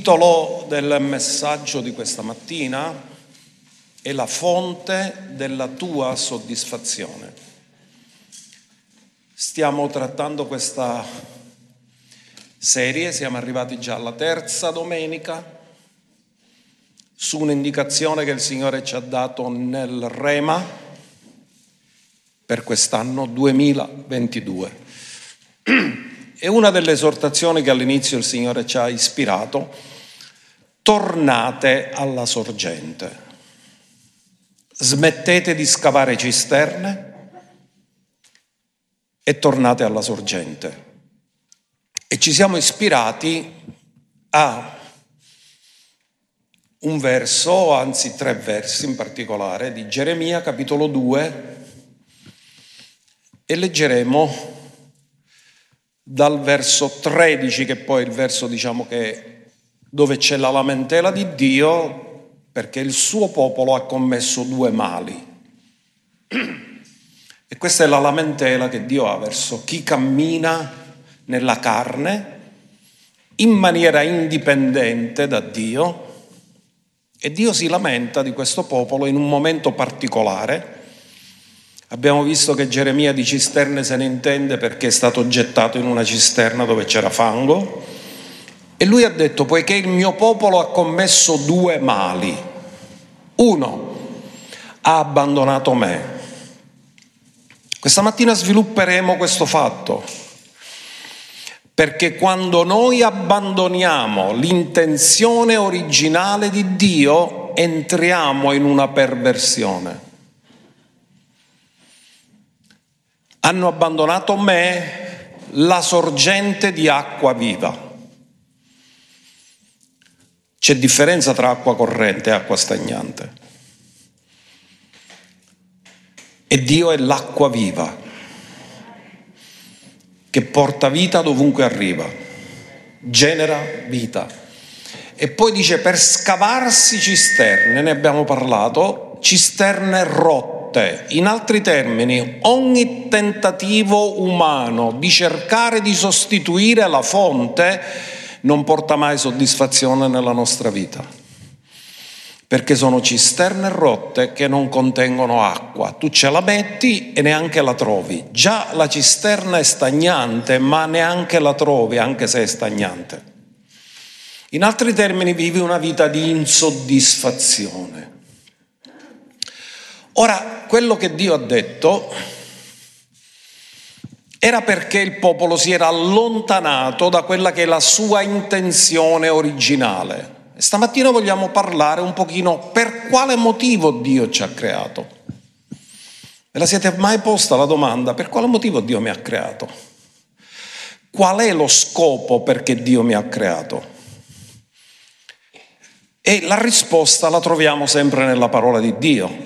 titolo del messaggio di questa mattina è la fonte della tua soddisfazione. Stiamo trattando questa serie, siamo arrivati già alla terza domenica, su un'indicazione che il Signore ci ha dato nel Rema per quest'anno 2022. È una delle esortazioni che all'inizio il Signore ci ha ispirato: tornate alla sorgente, smettete di scavare cisterne e tornate alla sorgente. E ci siamo ispirati a un verso, anzi 3 versi in particolare, di Geremia capitolo 2, e leggeremo dal verso 13, che poi è il verso dove c'è la lamentela di Dio, perché il suo popolo ha commesso 2 mali. E questa è la lamentela che Dio ha verso chi cammina nella carne in maniera indipendente da Dio, e Dio si lamenta di questo popolo in un momento particolare. Abbiamo visto che Geremia di cisterne se ne intende perché è stato gettato in una cisterna dove c'era fango, e lui ha detto: poiché il mio popolo ha commesso 2 mali. 1, ha abbandonato me. Questa mattina svilupperemo questo fatto, perché quando noi abbandoniamo l'intenzione originale di Dio entriamo in una perversione. Hanno abbandonato me, la sorgente di acqua viva. C'è differenza tra acqua corrente e acqua stagnante. E Dio è l'acqua viva, che porta vita dovunque arriva, genera vita. E poi dice: per scavarsi cisterne, ne abbiamo parlato, cisterne rotte. In altri termini, ogni tentativo umano di cercare di sostituire la fonte non porta mai soddisfazione nella nostra vita, perché sono cisterne rotte che non contengono acqua. Tu ce la metti e neanche la trovi. Già la cisterna è stagnante, ma neanche la trovi, anche se è stagnante. In altri termini, vivi una vita di insoddisfazione. Ora, quello che Dio ha detto era perché il popolo si era allontanato da quella che è la sua intenzione originale. E stamattina vogliamo parlare un pochino per quale motivo Dio ci ha creato. Ve la siete mai posta la domanda: per quale motivo Dio mi ha creato? Qual è lo scopo perché Dio mi ha creato? E la risposta la troviamo sempre nella parola di Dio.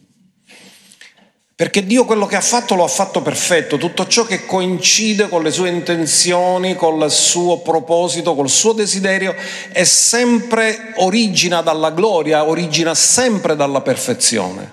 Perché Dio quello che ha fatto lo ha fatto perfetto. Tutto ciò che coincide con le sue intenzioni, con il suo proposito, col suo desiderio, è sempre origina dalla gloria, origina sempre dalla perfezione.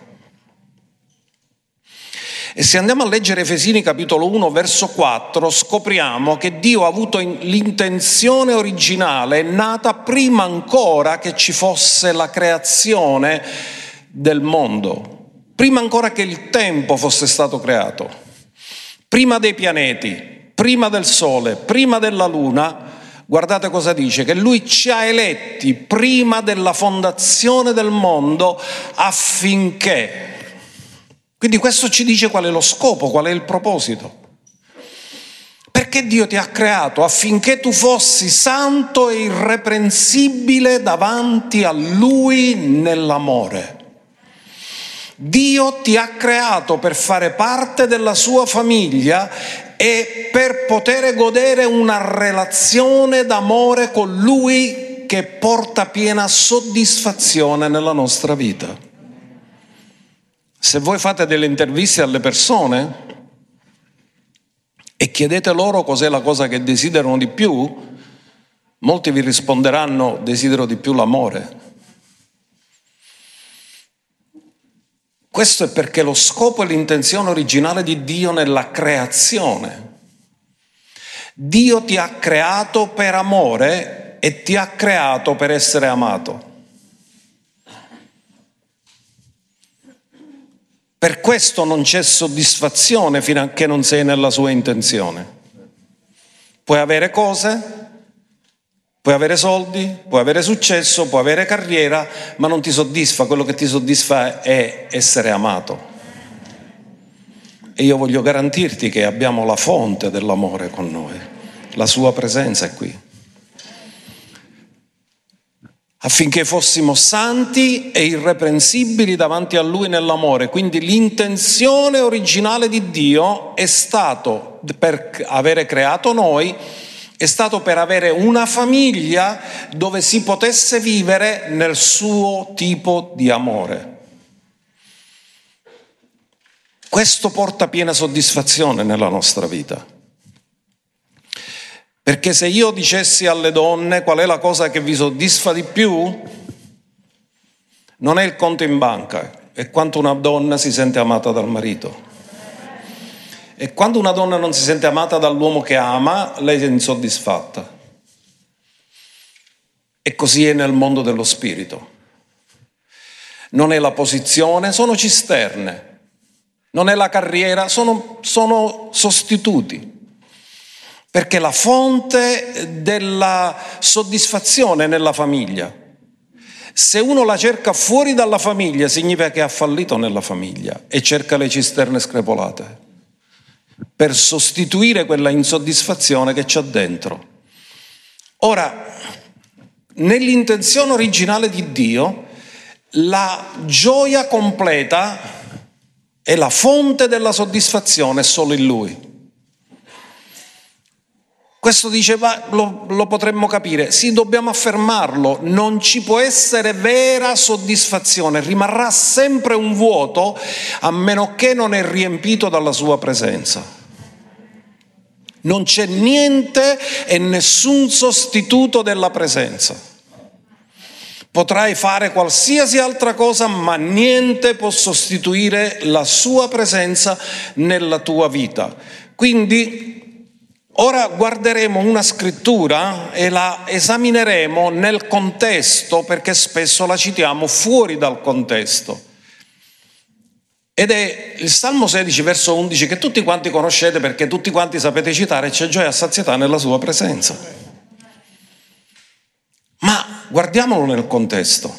E se andiamo a leggere Efesini capitolo 1 verso 4, scopriamo che Dio ha avuto l'intenzione originale, nata prima ancora che ci fosse la creazione del mondo. Prima ancora che il tempo fosse stato creato, prima dei pianeti, prima del Sole, prima della Luna, guardate cosa dice: che Lui ci ha eletti prima della fondazione del mondo affinché. Quindi questo ci dice qual è lo scopo, qual è il proposito. Perché Dio ti ha creato? Affinché tu fossi santo e irreprensibile davanti a Lui nell'amore. Dio ti ha creato per fare parte della sua famiglia e per poter godere una relazione d'amore con Lui che porta piena soddisfazione nella nostra vita. Se voi fate delle interviste alle persone e chiedete loro cos'è la cosa che desiderano di più, molti vi risponderanno: desidero di più l'amore. Questo è perché lo scopo e l'intenzione originale di Dio nella creazione. Dio ti ha creato per amore e ti ha creato per essere amato. Per questo non c'è soddisfazione fino a che non sei nella sua intenzione. Puoi avere cose, puoi avere soldi, puoi avere successo, puoi avere carriera, ma non ti soddisfa. Quello che ti soddisfa è essere amato. E io voglio garantirti che abbiamo la fonte dell'amore con noi. La sua presenza è qui. Affinché fossimo santi e irreprensibili davanti a Lui nell'amore. Quindi l'intenzione originale di Dio è stato per avere creato noi, è stato per avere una famiglia dove si potesse vivere nel suo tipo di amore. Questo porta piena soddisfazione nella nostra vita. Perché se io dicessi alle donne qual è la cosa che vi soddisfa di più, non è il conto in banca, è quanto una donna si sente amata dal marito. E quando una donna non si sente amata dall'uomo che ama, lei è insoddisfatta. E così è nel mondo dello spirito. Non è la posizione, sono cisterne. Non è la carriera, sono sostituti. Perché la fonte della soddisfazione è nella famiglia. Se uno la cerca fuori dalla famiglia, significa che ha fallito nella famiglia e cerca le cisterne screpolate per sostituire quella insoddisfazione che c'è dentro. Ora, nell'intenzione originale di Dio, la gioia completa e la fonte della soddisfazione è solo in Lui. Questo lo potremmo capire, sì, dobbiamo affermarlo, non ci può essere vera soddisfazione, rimarrà sempre un vuoto a meno che non è riempito dalla sua presenza. Non c'è niente e nessun sostituto della presenza. Potrai fare qualsiasi altra cosa, ma niente può sostituire la sua presenza nella tua vita. Quindi ora guarderemo una scrittura e la esamineremo nel contesto, perché spesso la citiamo fuori dal contesto. Ed è il Salmo 16, verso 11, che tutti quanti conoscete perché tutti quanti sapete citare: c'è gioia a sazietà nella sua presenza. Ma guardiamolo nel contesto.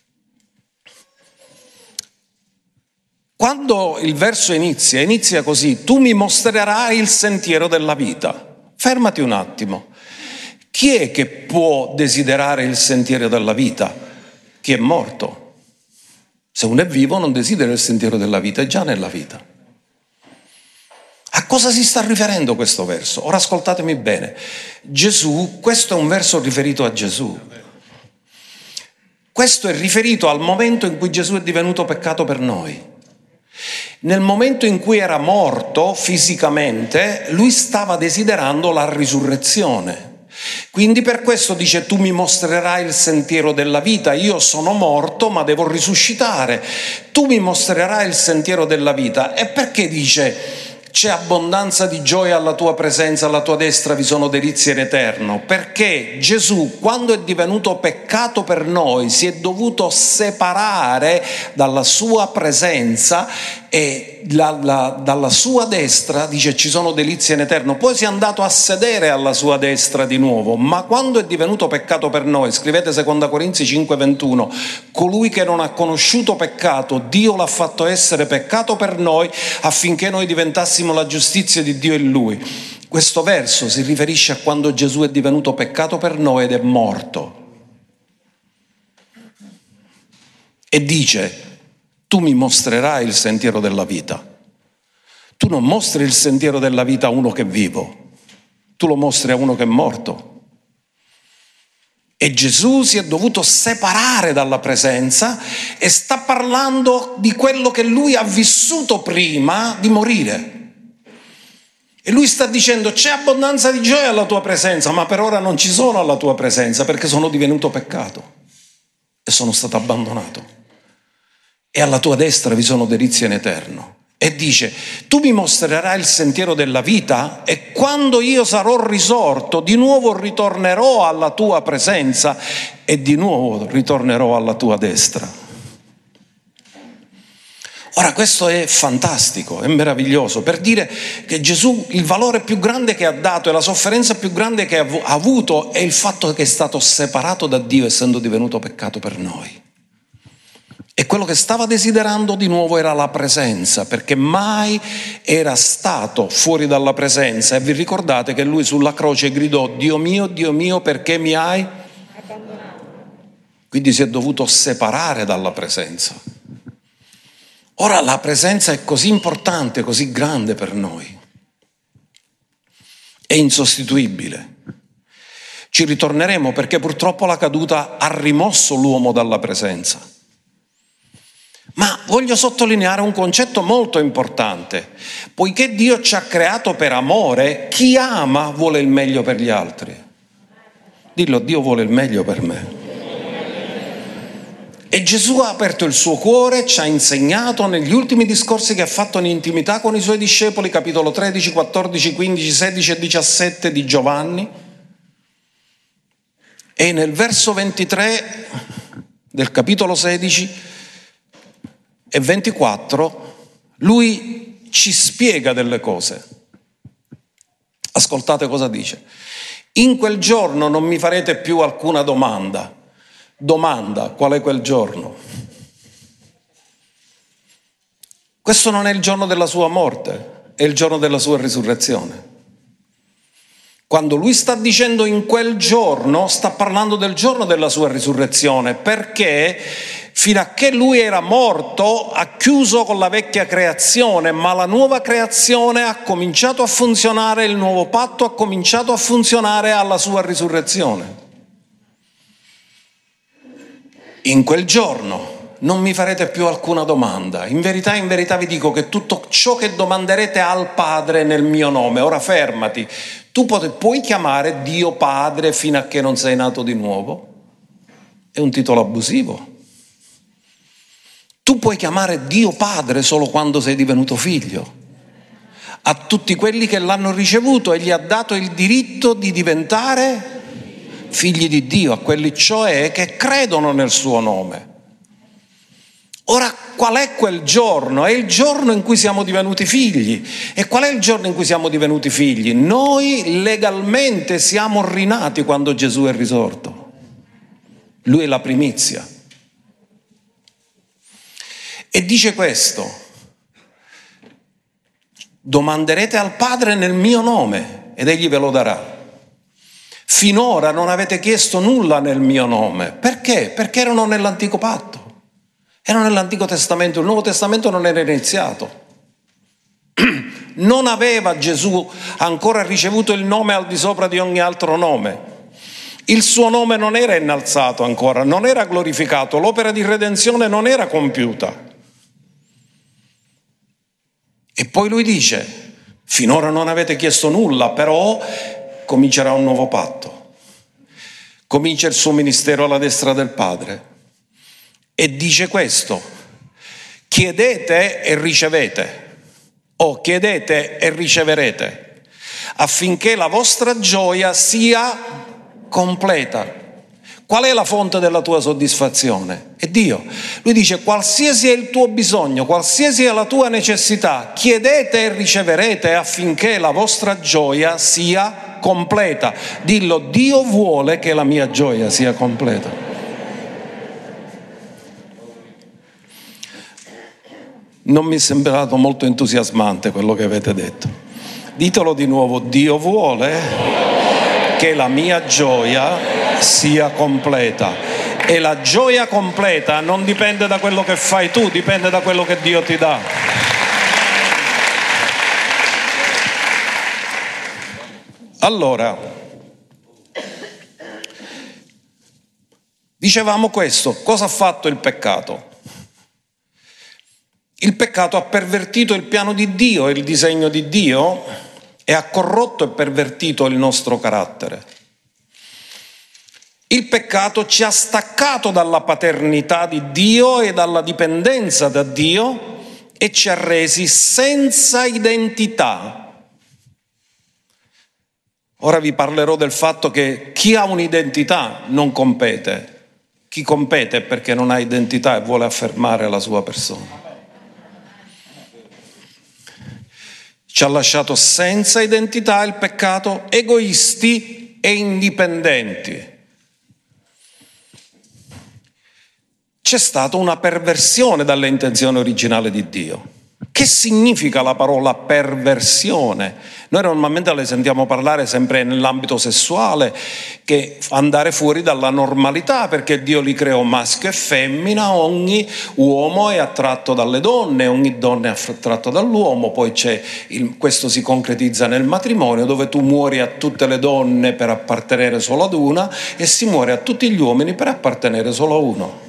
Quando il verso inizia così: tu mi mostrerai il sentiero della vita. Fermati un attimo. Chi è che può desiderare il sentiero della vita? Chi è morto. Se uno è vivo non desidera il sentiero della vita, è già nella vita. A cosa si sta riferendo questo verso? Ora ascoltatemi bene. Gesù, questo è un verso riferito a Gesù. Questo è riferito al momento in cui Gesù è divenuto peccato per noi. Nel momento in cui era morto fisicamente, lui stava desiderando la risurrezione. Quindi per questo dice: tu mi mostrerai il sentiero della vita. Io sono morto ma devo risuscitare. Tu mi mostrerai il sentiero della vita. E perché dice: c'è abbondanza di gioia alla tua presenza, alla tua destra vi sono delizie in eterno? Perché Gesù, quando è divenuto peccato per noi, si è dovuto separare dalla sua presenza e dalla sua destra, dice, ci sono delizie in eterno. Poi si è andato a sedere alla sua destra di nuovo, ma quando è divenuto peccato per noi, scrivete 2 Corinzi 5:21, colui che non ha conosciuto peccato, Dio l'ha fatto essere peccato per noi affinché noi diventassimo la giustizia di Dio in Lui. Questo verso si riferisce a quando Gesù è divenuto peccato per noi ed è morto. E dice: tu mi mostrerai il sentiero della vita. Tu non mostri il sentiero della vita a uno che è vivo, tu lo mostri a uno che è morto. E Gesù si è dovuto separare dalla presenza e sta parlando di quello che lui ha vissuto prima di morire. E lui sta dicendo: c'è abbondanza di gioia alla tua presenza, ma per ora non ci sono alla tua presenza perché sono divenuto peccato e sono stato abbandonato. E alla tua destra vi sono delizie in eterno. E dice: tu mi mostrerai il sentiero della vita e quando io sarò risorto di nuovo ritornerò alla tua presenza e di nuovo ritornerò alla tua destra. Ora questo è fantastico, è meraviglioso, per dire che Gesù, il valore più grande che ha dato e la sofferenza più grande che ha avuto è il fatto che è stato separato da Dio essendo divenuto peccato per noi. E quello che stava desiderando di nuovo era la presenza, perché mai era stato fuori dalla presenza. E vi ricordate che lui sulla croce gridò: Dio mio, perché mi hai abbandonato? Quindi si è dovuto separare dalla presenza. Ora la presenza è così importante, così grande per noi. È insostituibile. Ci ritorneremo perché purtroppo la caduta ha rimosso l'uomo dalla presenza. Ma voglio sottolineare un concetto molto importante. Poiché Dio ci ha creato per amore, chi ama vuole il meglio per gli altri. Dillo: Dio vuole il meglio per me. E Gesù ha aperto il suo cuore, ci ha insegnato negli ultimi discorsi che ha fatto in intimità con i suoi discepoli, capitolo 13, 14, 15, 16 e 17 di Giovanni. E nel verso 23 del capitolo 16 e 24 lui ci spiega delle cose. Ascoltate cosa dice: in quel giorno non mi farete più alcuna domanda. Domanda: qual è quel giorno? Questo non è il giorno della sua morte, è il giorno della sua risurrezione. Quando lui sta dicendo in quel giorno, sta parlando del giorno della sua risurrezione, perché fino a che lui era morto ha chiuso con la vecchia creazione, ma la nuova creazione ha cominciato a funzionare, il nuovo patto ha cominciato a funzionare alla sua risurrezione. In quel giorno non mi farete più alcuna domanda. In verità vi dico che tutto ciò che domanderete al Padre nel mio nome. Ora fermati. Tu puoi chiamare Dio Padre fino a che non sei nato di nuovo? È un titolo abusivo. Tu puoi chiamare Dio Padre solo quando sei divenuto figlio. A tutti quelli che l'hanno ricevuto e gli ha dato il diritto di diventare figli di Dio, a quelli cioè che credono nel suo nome. Ora, qual è quel giorno? È il giorno in cui siamo divenuti figli. E qual è il giorno in cui siamo divenuti figli? Noi legalmente siamo rinati quando Gesù è risorto. Lui è la primizia. E dice questo: domanderete al Padre nel mio nome ed egli ve lo darà. Finora non avete chiesto nulla nel mio nome. Perché? Perché erano nell'antico patto, erano nell'Antico Testamento, il Nuovo Testamento non era iniziato. Non aveva Gesù ancora ricevuto il nome al di sopra di ogni altro nome. Il suo nome non era innalzato ancora, non era glorificato, l'opera di redenzione non era compiuta. E poi lui dice: finora non avete chiesto nulla, però comincerà un nuovo patto. Comincia il suo ministero alla destra del Padre. E dice questo: chiedete e ricevete, o chiedete e riceverete, affinché la vostra gioia sia completa. Qual è la fonte della tua soddisfazione? È Dio. Lui dice: qualsiasi è il tuo bisogno, qualsiasi è la tua necessità, chiedete e riceverete affinché la vostra gioia sia completa. Dillo: Dio vuole che la mia gioia sia completa. Non mi è sembrato molto entusiasmante quello che avete detto. Ditelo di nuovo: Dio vuole che la mia gioia sia completa. E la gioia completa non dipende da quello che fai tu, dipende da quello che Dio ti dà. Allora, dicevamo questo: cosa ha fatto il peccato? Il peccato ha pervertito il piano di Dio, il disegno di Dio, e ha corrotto e pervertito il nostro carattere. Il peccato ci ha staccato dalla paternità di Dio e dalla dipendenza da Dio e ci ha resi senza identità. Ora vi parlerò del fatto che chi ha un'identità non compete. Chi compete è perché non ha identità e vuole affermare la sua persona. Ci ha lasciato senza identità il peccato, egoisti e indipendenti. C'è stata una perversione dalle intenzioni originali di Dio. Che significa la parola perversione? Noi normalmente le sentiamo parlare sempre nell'ambito sessuale, che andare fuori dalla normalità, perché Dio li creò maschio e femmina, ogni uomo è attratto dalle donne, ogni donna è attratta dall'uomo, poi questo si concretizza nel matrimonio, dove tu muori a tutte le donne per appartenere solo ad una e si muore a tutti gli uomini per appartenere solo a uno.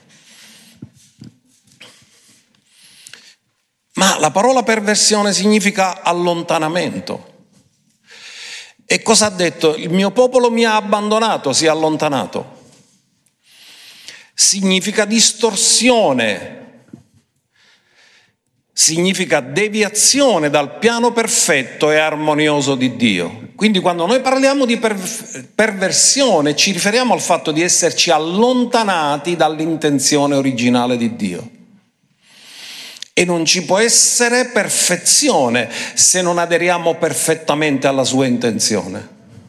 Ma la parola perversione significa allontanamento. E cosa ha detto? Il mio popolo mi ha abbandonato, si è allontanato. Significa distorsione, significa deviazione dal piano perfetto e armonioso di Dio. Quindi quando noi parliamo di perversione ci riferiamo al fatto di esserci allontanati dall'intenzione originale di Dio. E non ci può essere perfezione se non aderiamo perfettamente alla sua intenzione.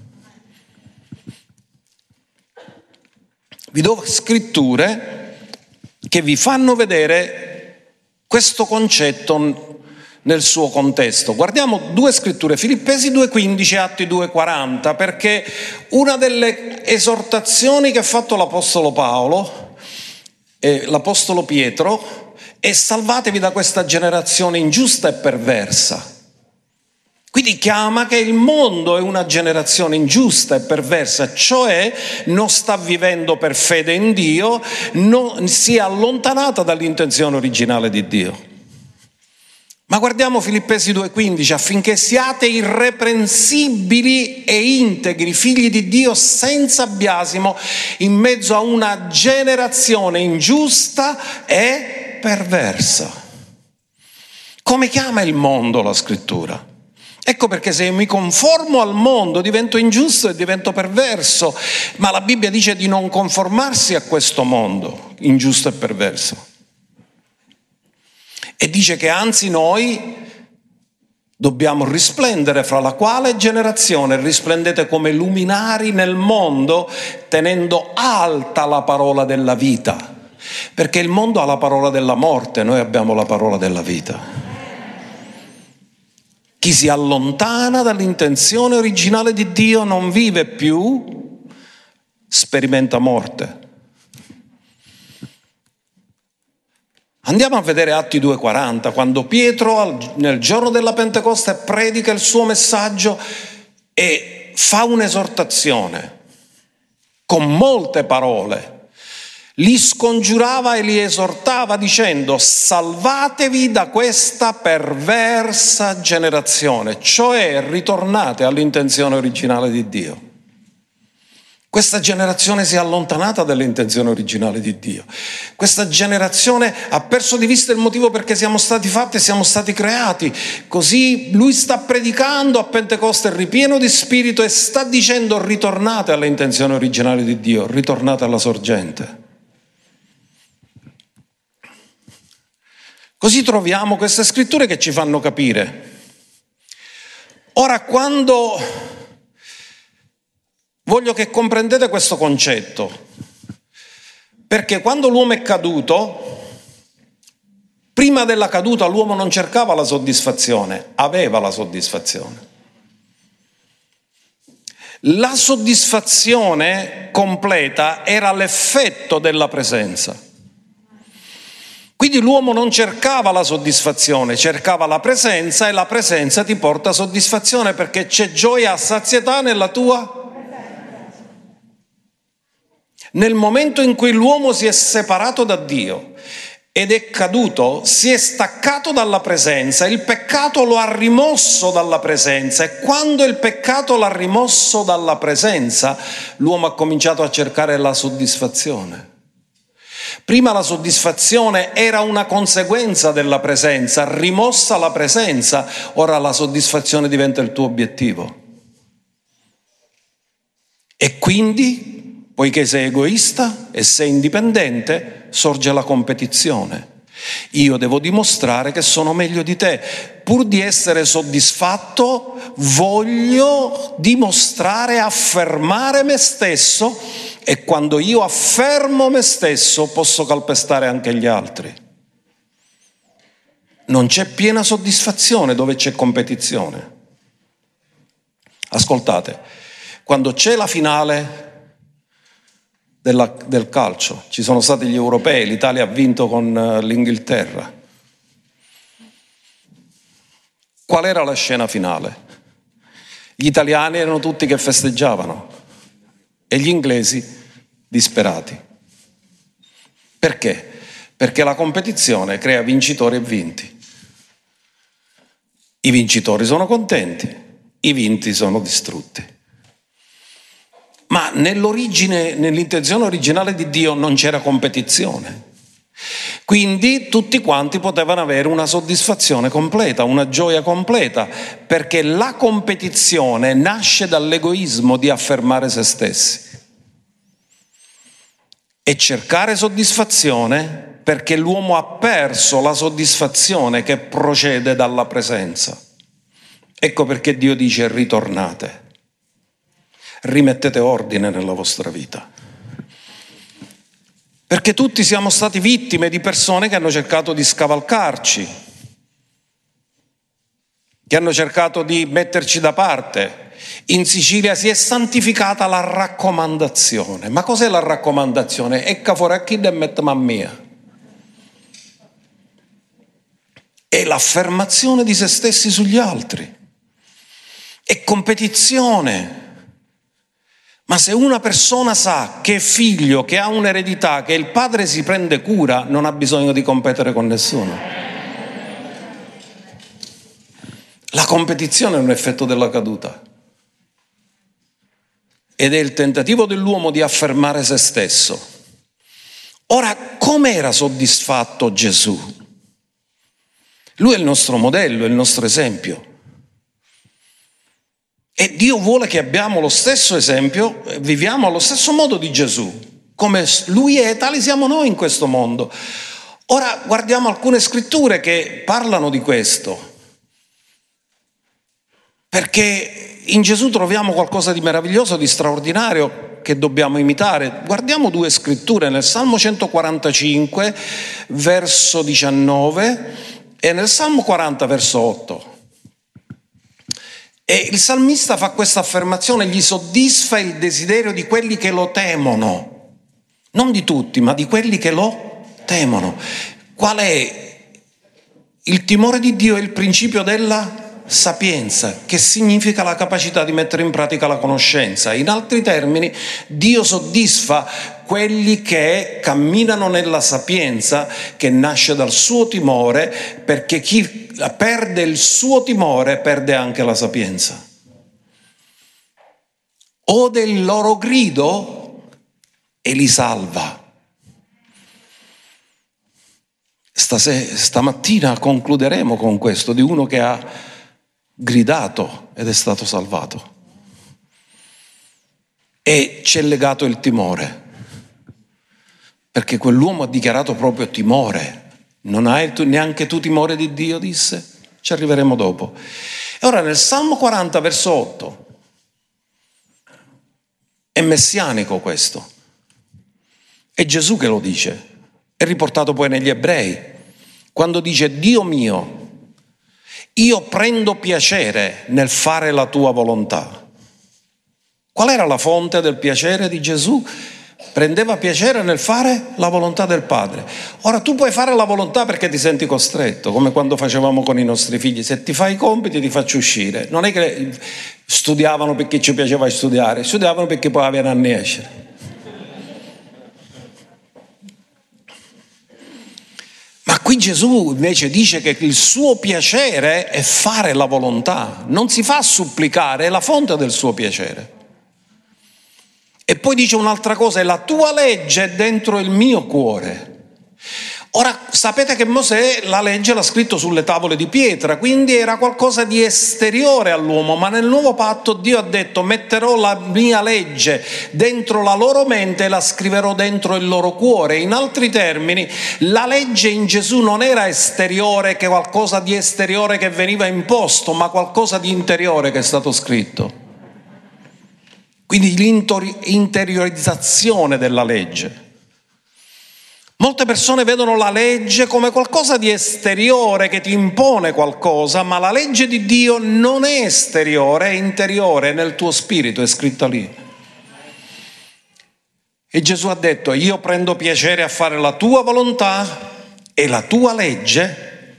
Vi do scritture che vi fanno vedere questo concetto nel suo contesto. Guardiamo due scritture, Filippesi 2,15 e Atti 2,40, perché una delle esortazioni che ha fatto l'Apostolo Paolo e l'Apostolo Pietro e salvatevi da questa generazione ingiusta e perversa. Quindi chiama che il mondo è una generazione ingiusta e perversa, cioè non sta vivendo per fede in Dio, si è allontanata dall'intenzione originale di Dio. Ma guardiamo Filippesi 2,15, affinché siate irreprensibili e integri, figli di Dio senza biasimo, in mezzo a una generazione ingiusta e perversa. Come chiama il mondo la scrittura? Ecco perché se mi conformo al mondo divento ingiusto e divento perverso, ma la Bibbia dice di non conformarsi a questo mondo ingiusto e perverso. E dice che anzi noi dobbiamo risplendere fra la quale generazione risplendete come luminari nel mondo, tenendo alta la parola della vita. Perché il mondo ha la parola della morte, noi abbiamo la parola della vita. Chi si allontana dall'intenzione originale di Dio non vive più, sperimenta morte. Andiamo a vedere Atti 2,40, quando Pietro nel giorno della Pentecoste predica il suo messaggio e fa un'esortazione con molte parole. Li scongiurava e li esortava dicendo: salvatevi da questa perversa generazione, cioè ritornate all'intenzione originale di Dio. Questa generazione si è allontanata dall'intenzione originale di Dio. Questa generazione ha perso di vista il motivo perché siamo stati fatti e siamo stati creati. Così lui sta predicando a Pentecoste ripieno di spirito e sta dicendo: ritornate all'intenzione originale di Dio, ritornate alla sorgente. Così troviamo queste scritture che ci fanno capire. Ora, quando voglio che comprendete questo concetto, perché quando l'uomo è caduto, prima della caduta l'uomo non cercava la soddisfazione, aveva la soddisfazione. La soddisfazione completa era l'effetto della presenza. Quindi l'uomo non cercava la soddisfazione, cercava la presenza, e la presenza ti porta soddisfazione perché c'è gioia a sazietà nella tua. Nel momento in cui l'uomo si è separato da Dio ed è caduto, si è staccato dalla presenza, il peccato lo ha rimosso dalla presenza, e quando il peccato l'ha rimosso dalla presenza, l'uomo ha cominciato a cercare la soddisfazione. Prima la soddisfazione era una conseguenza della presenza, rimossa la presenza, ora la soddisfazione diventa il tuo obiettivo. E quindi, poiché sei egoista e sei indipendente, sorge la competizione. Io devo dimostrare che sono meglio di te. Pur di essere soddisfatto, voglio dimostrare, affermare me stesso, e quando io affermo me stesso posso calpestare anche gli altri. Non c'è piena soddisfazione dove c'è competizione. Ascoltate, quando c'è la finale del calcio, ci sono stati gli europei, l'Italia ha vinto con l'Inghilterra. Qual era la scena finale? Gli italiani erano tutti che festeggiavano e gli inglesi disperati. Perché? Perché la competizione crea vincitori e vinti. I vincitori sono contenti, i vinti sono distrutti. Ma nell'origine, nell'intenzione originale di Dio non c'era competizione. Quindi tutti quanti potevano avere una soddisfazione completa, una gioia completa, perché la competizione nasce dall'egoismo di affermare se stessi. E cercare soddisfazione perché l'uomo ha perso la soddisfazione che procede dalla presenza. Ecco perché Dio dice: ritornate. Rimettete ordine nella vostra vita. Perché tutti siamo stati vittime di persone che hanno cercato di scavalcarci, che hanno cercato di metterci da parte. In Sicilia si è santificata la raccomandazione. Ma cos'è la raccomandazione? Ecca fuori a chi e mette mammia. È l'affermazione di se stessi sugli altri. È competizione. Ma se una persona sa che è figlio, che ha un'eredità, che il padre si prende cura, non ha bisogno di competere con nessuno. La competizione è un effetto della caduta. Ed è il tentativo dell'uomo di affermare se stesso. Ora, come era soddisfatto Gesù? Lui è il nostro modello, è il nostro esempio. E Dio vuole che abbiamo lo stesso esempio, viviamo allo stesso modo di Gesù. Come Lui è, tali siamo noi in questo mondo. Ora guardiamo alcune scritture che parlano di questo. Perché in Gesù troviamo qualcosa di meraviglioso, di straordinario che dobbiamo imitare. Guardiamo due scritture, nel Salmo 145, verso 19 e nel Salmo 40, verso 8. E il salmista fa questa affermazione: gli soddisfa il desiderio di quelli che lo temono. Non di tutti, ma di quelli che lo temono. Qual è? Il timore di Dio è il principio della sapienza, che significa la capacità di mettere in pratica la conoscenza. In altri termini, Dio soddisfa quelli che camminano nella sapienza che nasce dal suo timore, perché chi perde il suo timore perde anche la sapienza. Ode il loro grido e li salva. Stamattina concluderemo con questo, di uno che ha gridato ed è stato salvato. E c'è legato il timore, perché quell'uomo ha dichiarato proprio timore. Non hai neanche tu timore di Dio, disse? Ci arriveremo dopo. E ora nel Salmo 40, verso 8, è messianico questo. È Gesù che lo dice. È riportato poi negli Ebrei, quando dice: Dio mio, io prendo piacere nel fare la tua volontà. Qual era la fonte del piacere di Gesù? Prendeva piacere nel fare la volontà del Padre. Ora tu puoi fare la volontà perché ti senti costretto, come quando facevamo con i nostri figli: se ti fai i compiti ti faccio uscire. Non è che studiavano perché ci piaceva studiare, studiavano perché poi avevano a escere. Ma qui Gesù invece dice che il suo piacere è fare la volontà, non si fa supplicare, è la fonte del suo piacere. E poi dice un'altra cosa, e la tua legge è dentro il mio cuore. Ora, sapete che Mosè la legge l'ha scritto sulle tavole di pietra, quindi era qualcosa di esteriore all'uomo, ma nel nuovo patto Dio ha detto: metterò la mia legge dentro la loro mente e la scriverò dentro il loro cuore. In altri termini, la legge in Gesù non era esteriore, che qualcosa di esteriore che veniva imposto, ma qualcosa di interiore che è stato scritto. Quindi l'interiorizzazione della legge. Molte persone vedono la legge come qualcosa di esteriore che ti impone qualcosa, ma la legge di Dio non è esteriore, è interiore, è nel tuo spirito, è scritta lì. E Gesù ha detto: io prendo piacere a fare la tua volontà e la tua legge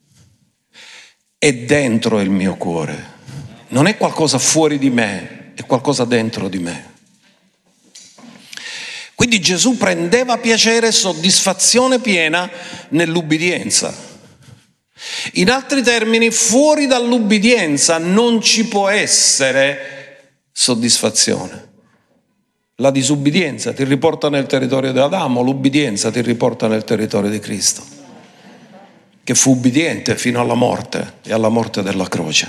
è dentro il mio cuore. Non è qualcosa fuori di me, è qualcosa dentro di me. Quindi Gesù prendeva piacere e soddisfazione piena nell'ubbidienza. In altri termini, fuori dall'ubbidienza non ci può essere soddisfazione. La disubbidienza ti riporta nel territorio di Adamo, l'ubbidienza ti riporta nel territorio di Cristo, che fu ubbidiente fino alla morte e alla morte della croce.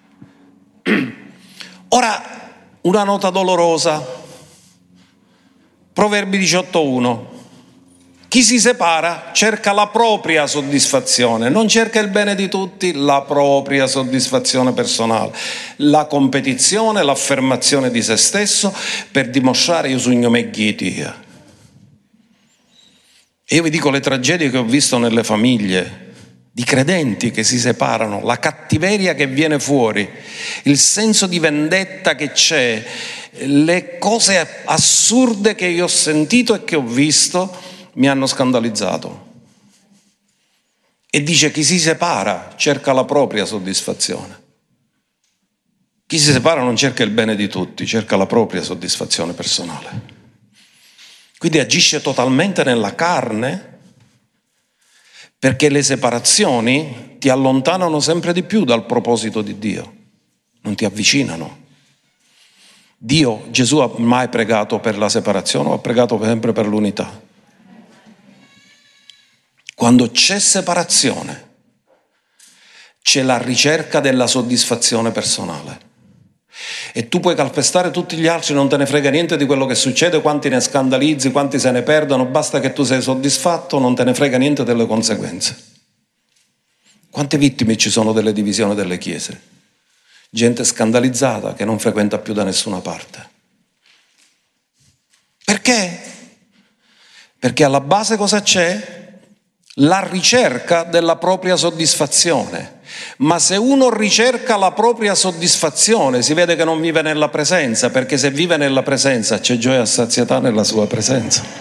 Ora, una nota dolorosa. Proverbi 18:1. Chi si separa cerca la propria soddisfazione, non cerca il bene di tutti, la propria soddisfazione personale, la competizione, l'affermazione di se stesso per dimostrare io sogno me ghitia. E io vi dico le tragedie che ho visto nelle famiglie di credenti che si separano, la cattiveria che viene fuori, il senso di vendetta che c'è, le cose assurde che io ho sentito e che ho visto mi hanno scandalizzato. E dice: chi si separa cerca la propria soddisfazione. Chi si separa non cerca il bene di tutti, cerca la propria soddisfazione personale. Quindi agisce totalmente nella carne, perché le separazioni ti allontanano sempre di più dal proposito di Dio, non ti avvicinano. Gesù ha mai pregato per la separazione o ha pregato sempre per l'unità? Quando c'è separazione, c'è la ricerca della soddisfazione personale. E tu puoi calpestare tutti gli altri, non te ne frega niente di quello che succede, quanti ne scandalizzi, quanti se ne perdono, basta che tu sei soddisfatto, non te ne frega niente delle conseguenze. Quante vittime ci sono delle divisioni delle chiese? Gente scandalizzata che non frequenta più da nessuna parte. Perché? Perché alla base cosa c'è? La ricerca della propria soddisfazione. Ma se uno ricerca la propria soddisfazione, si vede che non vive nella presenza, perché se vive nella presenza c'è gioia e sazietà nella sua presenza.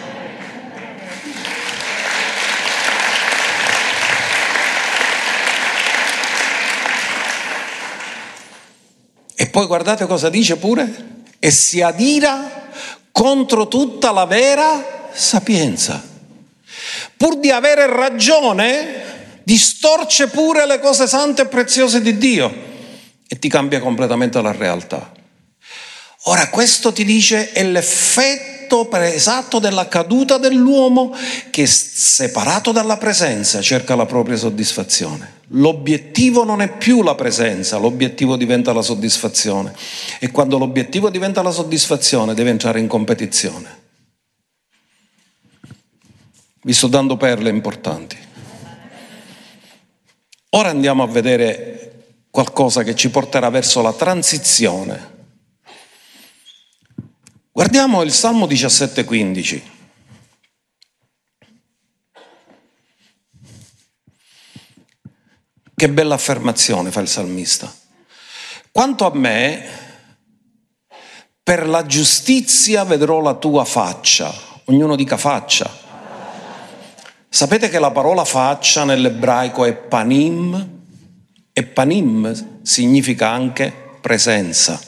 E poi guardate cosa dice pure: e si adira contro tutta la vera sapienza. Pur di avere ragione, distorce pure le cose sante e preziose di Dio e ti cambia completamente la realtà. Ora, questo ti dice è l'effetto esatto della caduta dell'uomo che, separato dalla presenza, cerca la propria soddisfazione. L'obiettivo non è più la presenza, l'obiettivo diventa la soddisfazione. E quando l'obiettivo diventa la soddisfazione, deve entrare in competizione. Vi sto dando perle importanti. Ora andiamo a vedere qualcosa che ci porterà verso la transizione. Guardiamo il Salmo 17,15. Che bella affermazione fa il salmista. Quanto a me, per la giustizia vedrò la tua faccia. Ognuno dica faccia. Sapete che la parola faccia nell'ebraico è panim? E panim significa anche presenza.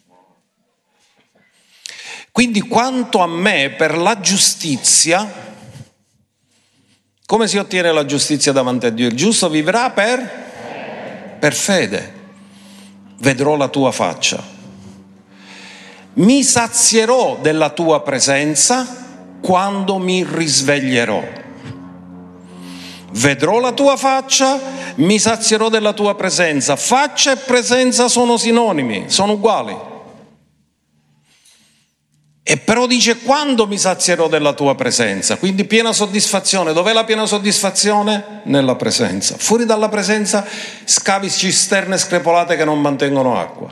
Quindi quanto a me, per la giustizia, come si ottiene la giustizia davanti a Dio? Il giusto vivrà per fede. Vedrò la tua faccia. mi sazierò della tua presenza quando mi risveglierò. Vedrò la tua faccia, mi sazierò della tua presenza. Faccia e presenza sono sinonimi, sono uguali. E però dice quando mi sazierò della tua presenza, quindi piena soddisfazione. Dov'è la piena soddisfazione? Nella presenza. Fuori dalla presenza scavi cisterne screpolate che non mantengono acqua.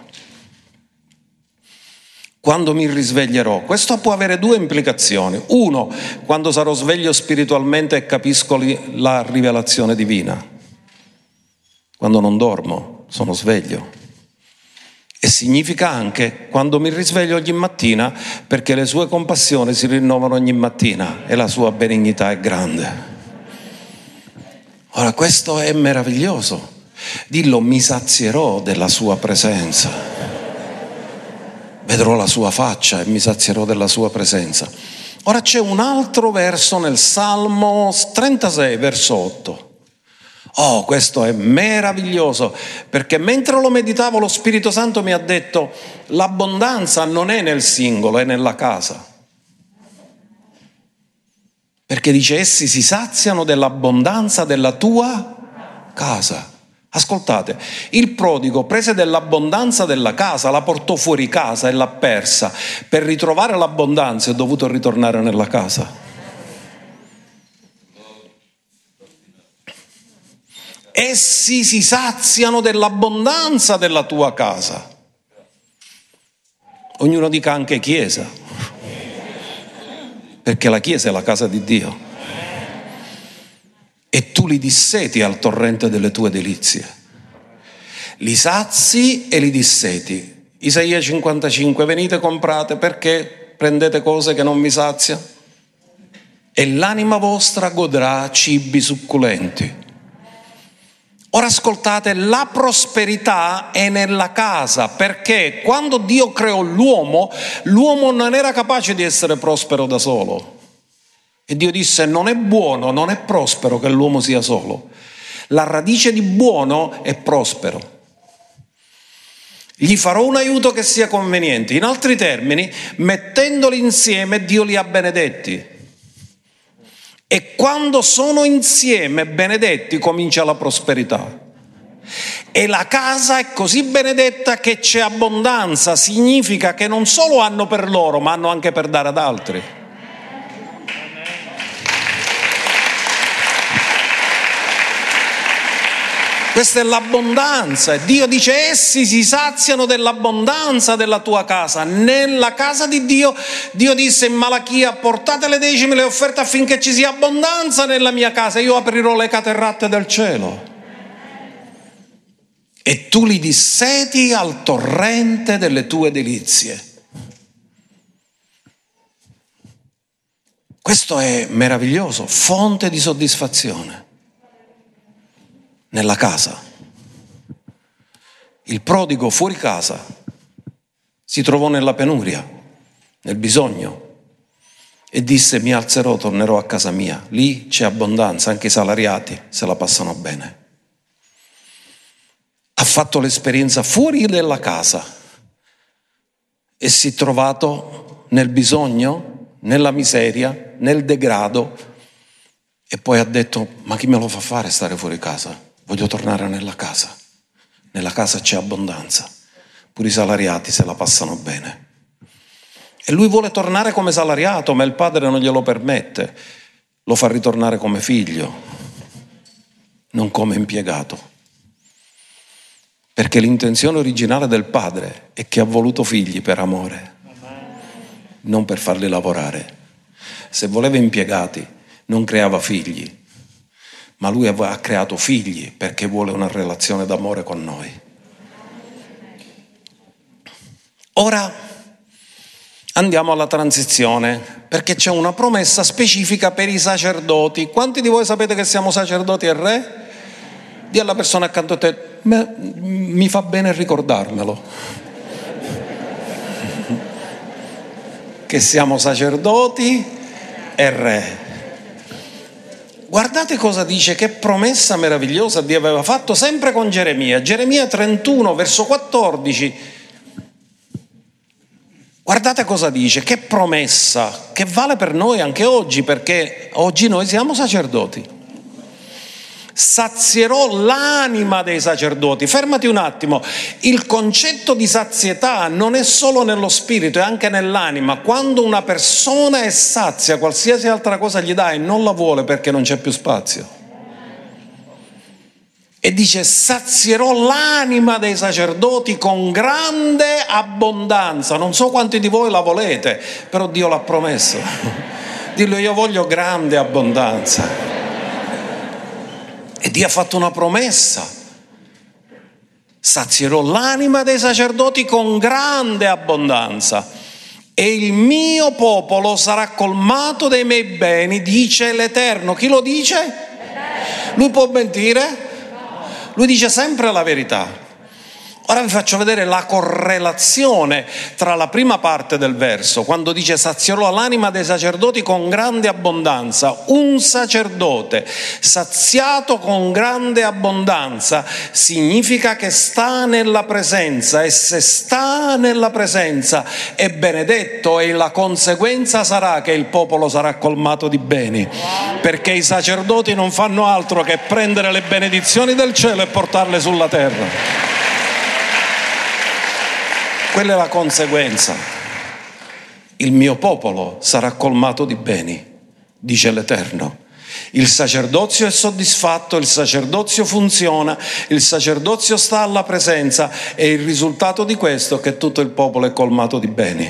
Quando mi risveglierò, questo può avere due implicazioni. Uno, quando sarò sveglio spiritualmente e capisco la rivelazione divina. Quando non dormo, sono sveglio. E significa anche quando mi risveglio ogni mattina, perché le sue compassioni si rinnovano ogni mattina e la sua benignità è grande. Ora, questo è meraviglioso. Dillo, mi sazierò della sua presenza. Vedrò la sua faccia e mi sazierò della sua presenza. Ora c'è un altro verso nel Salmo 36, verso 8. Oh, questo è meraviglioso, perché mentre lo meditavo lo Spirito Santo mi ha detto: l'abbondanza non è nel singolo, è nella casa. Perché dice, essi si saziano dell'abbondanza della tua casa. Ascoltate, il prodigo prese dell'abbondanza della casa, la portò fuori casa e l'ha persa. Per ritrovare l'abbondanza è dovuto ritornare nella casa. Essi si saziano dell'abbondanza della tua casa. Ognuno dica anche chiesa, perché la chiesa è la casa di Dio. E tu li disseti al torrente delle tue delizie. Li sazi e li disseti. Isaia 55, venite comprate perché prendete cose che non vi saziano? E l'anima vostra godrà cibi succulenti. Ora ascoltate, la prosperità è nella casa, perché quando Dio creò l'uomo non era capace di essere prospero da solo. E Dio disse, non è buono, non è prospero che l'uomo sia solo. La radice di buono è prospero. Gli farò un aiuto che sia conveniente. In altri termini, mettendoli insieme, Dio li ha benedetti. E quando sono insieme benedetti comincia la prosperità. E la casa è così benedetta che c'è abbondanza, significa che non solo hanno per loro, ma hanno anche per dare ad altri. Questa è l'abbondanza. Dio dice, essi si saziano dell'abbondanza della tua casa. Nella casa di Dio, Dio disse in Malachia, portate le decime, le offerte affinché ci sia abbondanza nella mia casa. Io aprirò le caterratte del cielo. E tu li disseti al torrente delle tue delizie. Questo è meraviglioso, fonte di soddisfazione. Nella casa. Il prodigo fuori casa si trovò nella penuria, nel bisogno, e disse, mi alzerò, tornerò a casa mia. Lì c'è abbondanza, anche i salariati se la passano bene. Ha fatto l'esperienza fuori della casa e si è trovato nel bisogno, nella miseria, nel degrado, e poi ha detto, ma chi me lo fa fare stare fuori casa? Voglio tornare nella casa. Nella casa c'è abbondanza. Pure i salariati se la passano bene. E lui vuole tornare come salariato, ma il padre non glielo permette. Lo fa ritornare come figlio, non come impiegato. Perché l'intenzione originale del padre è che ha voluto figli per amore, non per farli lavorare. Se voleva impiegati, non creava figli. Ma lui ha creato figli perché vuole una relazione d'amore con noi. Ora andiamo alla transizione, perché c'è una promessa specifica per i sacerdoti. Quanti di voi sapete che siamo sacerdoti e re? Dì alla persona accanto a te, mi fa bene ricordarmelo. Che siamo sacerdoti e re. Guardate cosa dice, che promessa meravigliosa Dio aveva fatto sempre con Geremia. Geremia 31, verso 14. Guardate cosa dice, che promessa, che vale per noi anche oggi, perché oggi noi siamo sacerdoti. Sazierò l'anima dei sacerdoti. Fermati un attimo, il concetto di sazietà non è solo nello spirito, è anche nell'anima. Quando una persona è sazia, qualsiasi altra cosa gli dai non la vuole perché non c'è più spazio. E dice: sazierò l'anima dei sacerdoti con grande abbondanza. Non so quanti di voi la volete, però Dio l'ha promesso. Dillo: io voglio grande abbondanza. E Dio ha fatto una promessa: sazierò l'anima dei sacerdoti con grande abbondanza e il mio popolo sarà colmato dei miei beni, dice l'Eterno. Chi lo dice? Lui può mentire? Lui dice sempre la verità. Ora vi faccio vedere la correlazione tra la prima parte del verso, quando dice sazierò l'anima dei sacerdoti con grande abbondanza. Un sacerdote saziato con grande abbondanza significa che sta nella presenza, e se sta nella presenza è benedetto, e la conseguenza sarà che il popolo sarà colmato di beni, perché i sacerdoti non fanno altro che prendere le benedizioni del cielo e portarle sulla terra. Quella è la conseguenza. Il mio popolo sarà colmato di beni, dice l'Eterno. Il sacerdozio è soddisfatto, il sacerdozio funziona, il sacerdozio sta alla presenza, e il risultato di questo è che tutto il popolo è colmato di beni.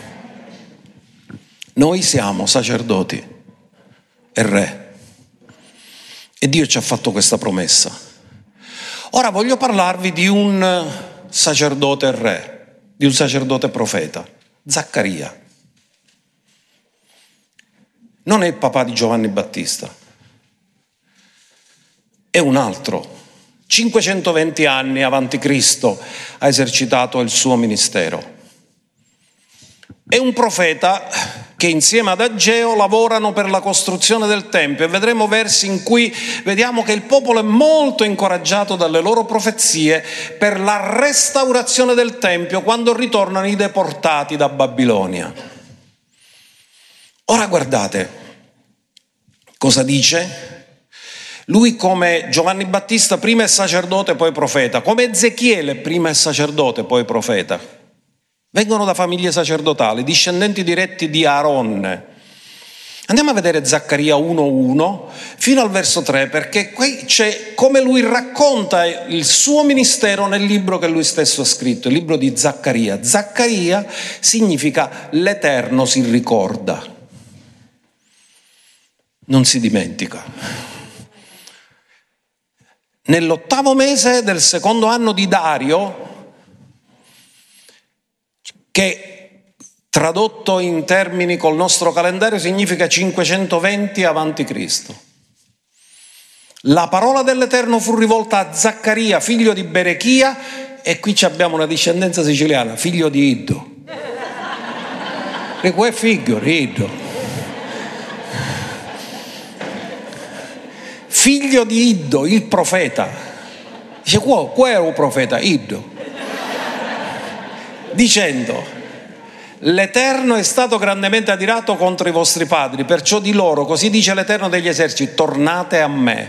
Noi siamo sacerdoti e re, e Dio ci ha fatto questa promessa. Ora voglio parlarvi di un sacerdote e re, di un sacerdote profeta, Zaccaria. Non è il papà di Giovanni Battista, è un altro. 520 anni avanti Cristo ha esercitato il suo ministero. È un profeta che insieme ad Ageo lavorano per la costruzione del Tempio, e vedremo versi in cui vediamo che il popolo è molto incoraggiato dalle loro profezie per la restaurazione del Tempio quando ritornano i deportati da Babilonia. Ora guardate cosa dice. Lui, come Giovanni Battista, prima è sacerdote poi profeta, come Ezechiele prima è sacerdote poi profeta. Vengono da famiglie sacerdotali, discendenti diretti di Aaron. Andiamo a vedere Zaccaria 1:1 fino al verso 3, perché qui c'è come lui racconta il suo ministero nel libro che lui stesso ha scritto, il libro di Zaccaria. Zaccaria significa l'Eterno si ricorda, non si dimentica. Nell'8° mese del 2° anno di Dario, che tradotto in termini col nostro calendario significa 520 avanti Cristo. La parola dell'Eterno fu rivolta a Zaccaria, figlio di Berechia, e qui abbiamo una discendenza siciliana, figlio di Iddo. E qua è figlio di Iddo. Figlio di Iddo, il profeta. Dice, qua è un profeta, Iddo. Dicendo: l'Eterno è stato grandemente adirato contro i vostri padri, perciò di loro, così dice l'Eterno degli eserciti, tornate a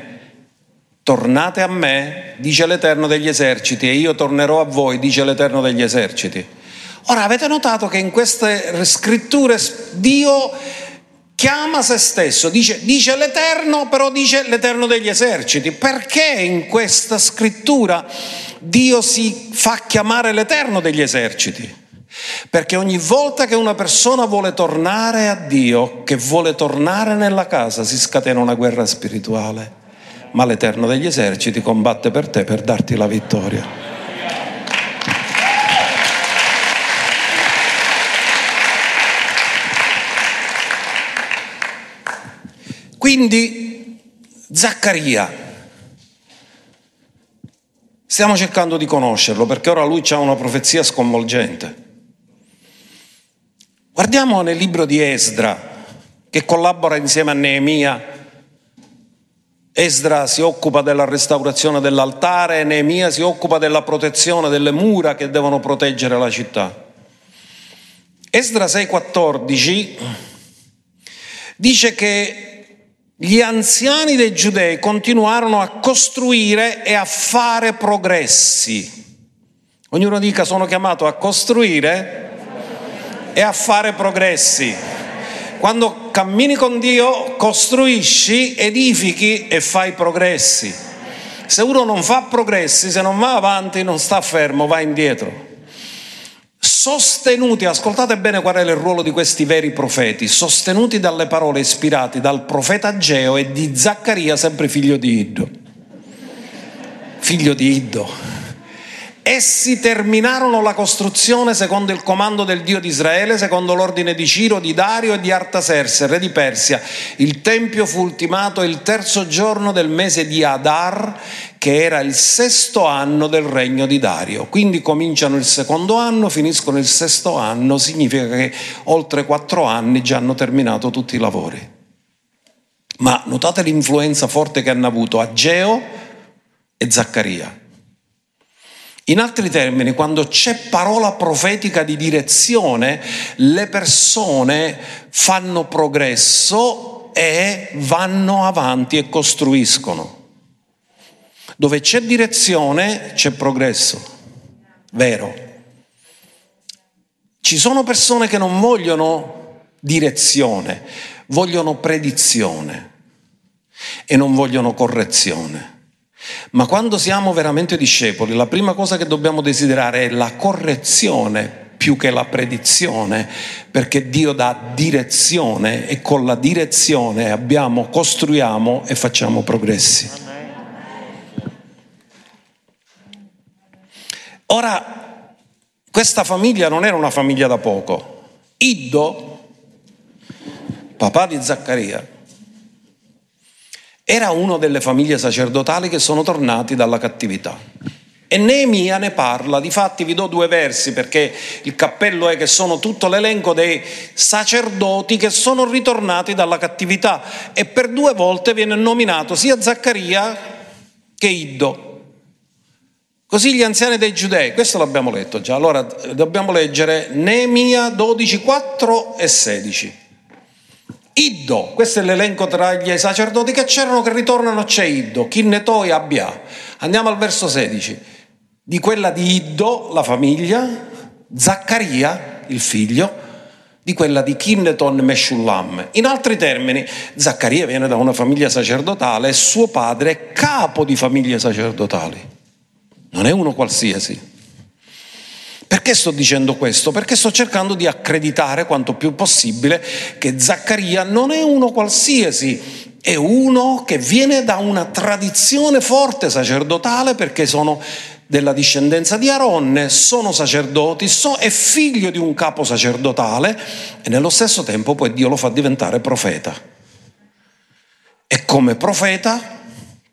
me, dice l'Eterno degli eserciti, e io tornerò a voi, dice l'Eterno degli eserciti. Ora avete notato che in queste scritture Dio chiama se stesso, dice l'Eterno, però dice l'Eterno degli eserciti. Perché in questa scrittura Dio si fa chiamare l'Eterno degli eserciti? Perché ogni volta che una persona vuole tornare a Dio, che vuole tornare nella casa, si scatena una guerra spirituale, ma l'Eterno degli eserciti combatte per te per darti la vittoria. Quindi Zaccaria, stiamo cercando di conoscerlo, perché ora lui ha una profezia sconvolgente. Guardiamo nel libro di Esdra, che collabora insieme a Neemia. Esdra si occupa della restaurazione dell'altare, Neemia si occupa della protezione delle mura che devono proteggere la città. Esdra 6,14 dice che gli anziani dei Giudei continuarono a costruire e a fare progressi. Ognuno dica: sono chiamato a costruire e a fare progressi. Quando cammini con Dio, costruisci, edifichi e fai progressi. Se uno non fa progressi, se non va avanti, non sta fermo, va indietro. Sostenuti, ascoltate bene qual è il ruolo di questi veri profeti, sostenuti dalle parole ispirate dal profeta Ageo e di Zaccaria, sempre figlio di Iddo. Figlio di Iddo. Essi terminarono la costruzione secondo il comando del Dio di Israele, secondo l'ordine di Ciro, di Dario e di Artaserse, re di Persia. Il tempio fu ultimato il 3° giorno del mese di Adar, che era il 6° anno del regno di Dario. Quindi cominciano il 2° anno, finiscono il 6° anno, significa che oltre 4 anni già hanno terminato tutti i lavori. Ma notate l'influenza forte che hanno avuto Ageo e Zaccaria. In altri termini, quando c'è parola profetica di direzione, le persone fanno progresso e vanno avanti e costruiscono. Dove c'è direzione, c'è progresso. Vero. Ci sono persone che non vogliono direzione, vogliono predizione e non vogliono correzione. Ma quando siamo veramente discepoli, la prima cosa che dobbiamo desiderare è la correzione più che la predizione, perché Dio dà direzione e con la direzione costruiamo e facciamo progressi. Ora, questa famiglia non era una famiglia da poco. Iddo, papà di Zaccaria, era una delle famiglie sacerdotali che sono tornati dalla cattività. E Neemia ne parla. Difatti vi do 2 versi, perché il cappello è che sono tutto l'elenco dei sacerdoti che sono ritornati dalla cattività, e per 2 volte viene nominato sia Zaccaria che Iddo. Così gli anziani dei Giudei, questo l'abbiamo letto già, allora dobbiamo leggere Neemia 12, 4 e 16. Iddo, questo è l'elenco tra gli sacerdoti che c'erano, che ritornano. C'è Iddo, Chinnetoi, Abbia. Andiamo al verso 16. Di quella di Iddo, la famiglia, Zaccaria, il figlio, di quella di Kinneton Meshullam. In altri termini, Zaccaria viene da una famiglia sacerdotale e suo padre è capo di famiglie sacerdotali. Non è uno qualsiasi. Perché sto dicendo questo? Perché sto cercando di accreditare quanto più possibile che Zaccaria non è uno qualsiasi, è uno che viene da una tradizione forte sacerdotale, perché sono della discendenza di Aronne, sono sacerdoti, è figlio di un capo sacerdotale e nello stesso tempo poi Dio lo fa diventare profeta. E come profeta,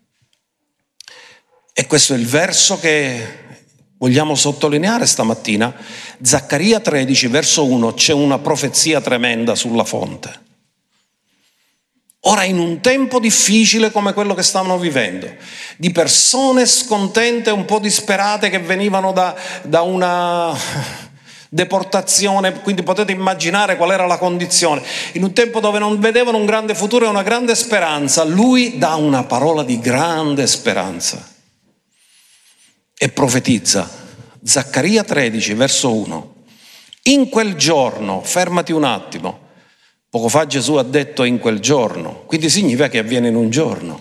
e questo è il verso che vogliamo sottolineare stamattina, Zaccaria 13, verso 1, c'è una profezia tremenda sulla fonte. Ora, in un tempo difficile come quello che stavano vivendo, di persone scontente, un po' disperate, che venivano da una deportazione, quindi potete immaginare qual era la condizione. In un tempo dove non vedevano un grande futuro e una grande speranza, lui dà una parola di grande speranza. E profetizza, Zaccaria 13, verso 1. In quel giorno, fermati un attimo, poco fa Gesù ha detto in quel giorno, quindi significa che avviene in un giorno.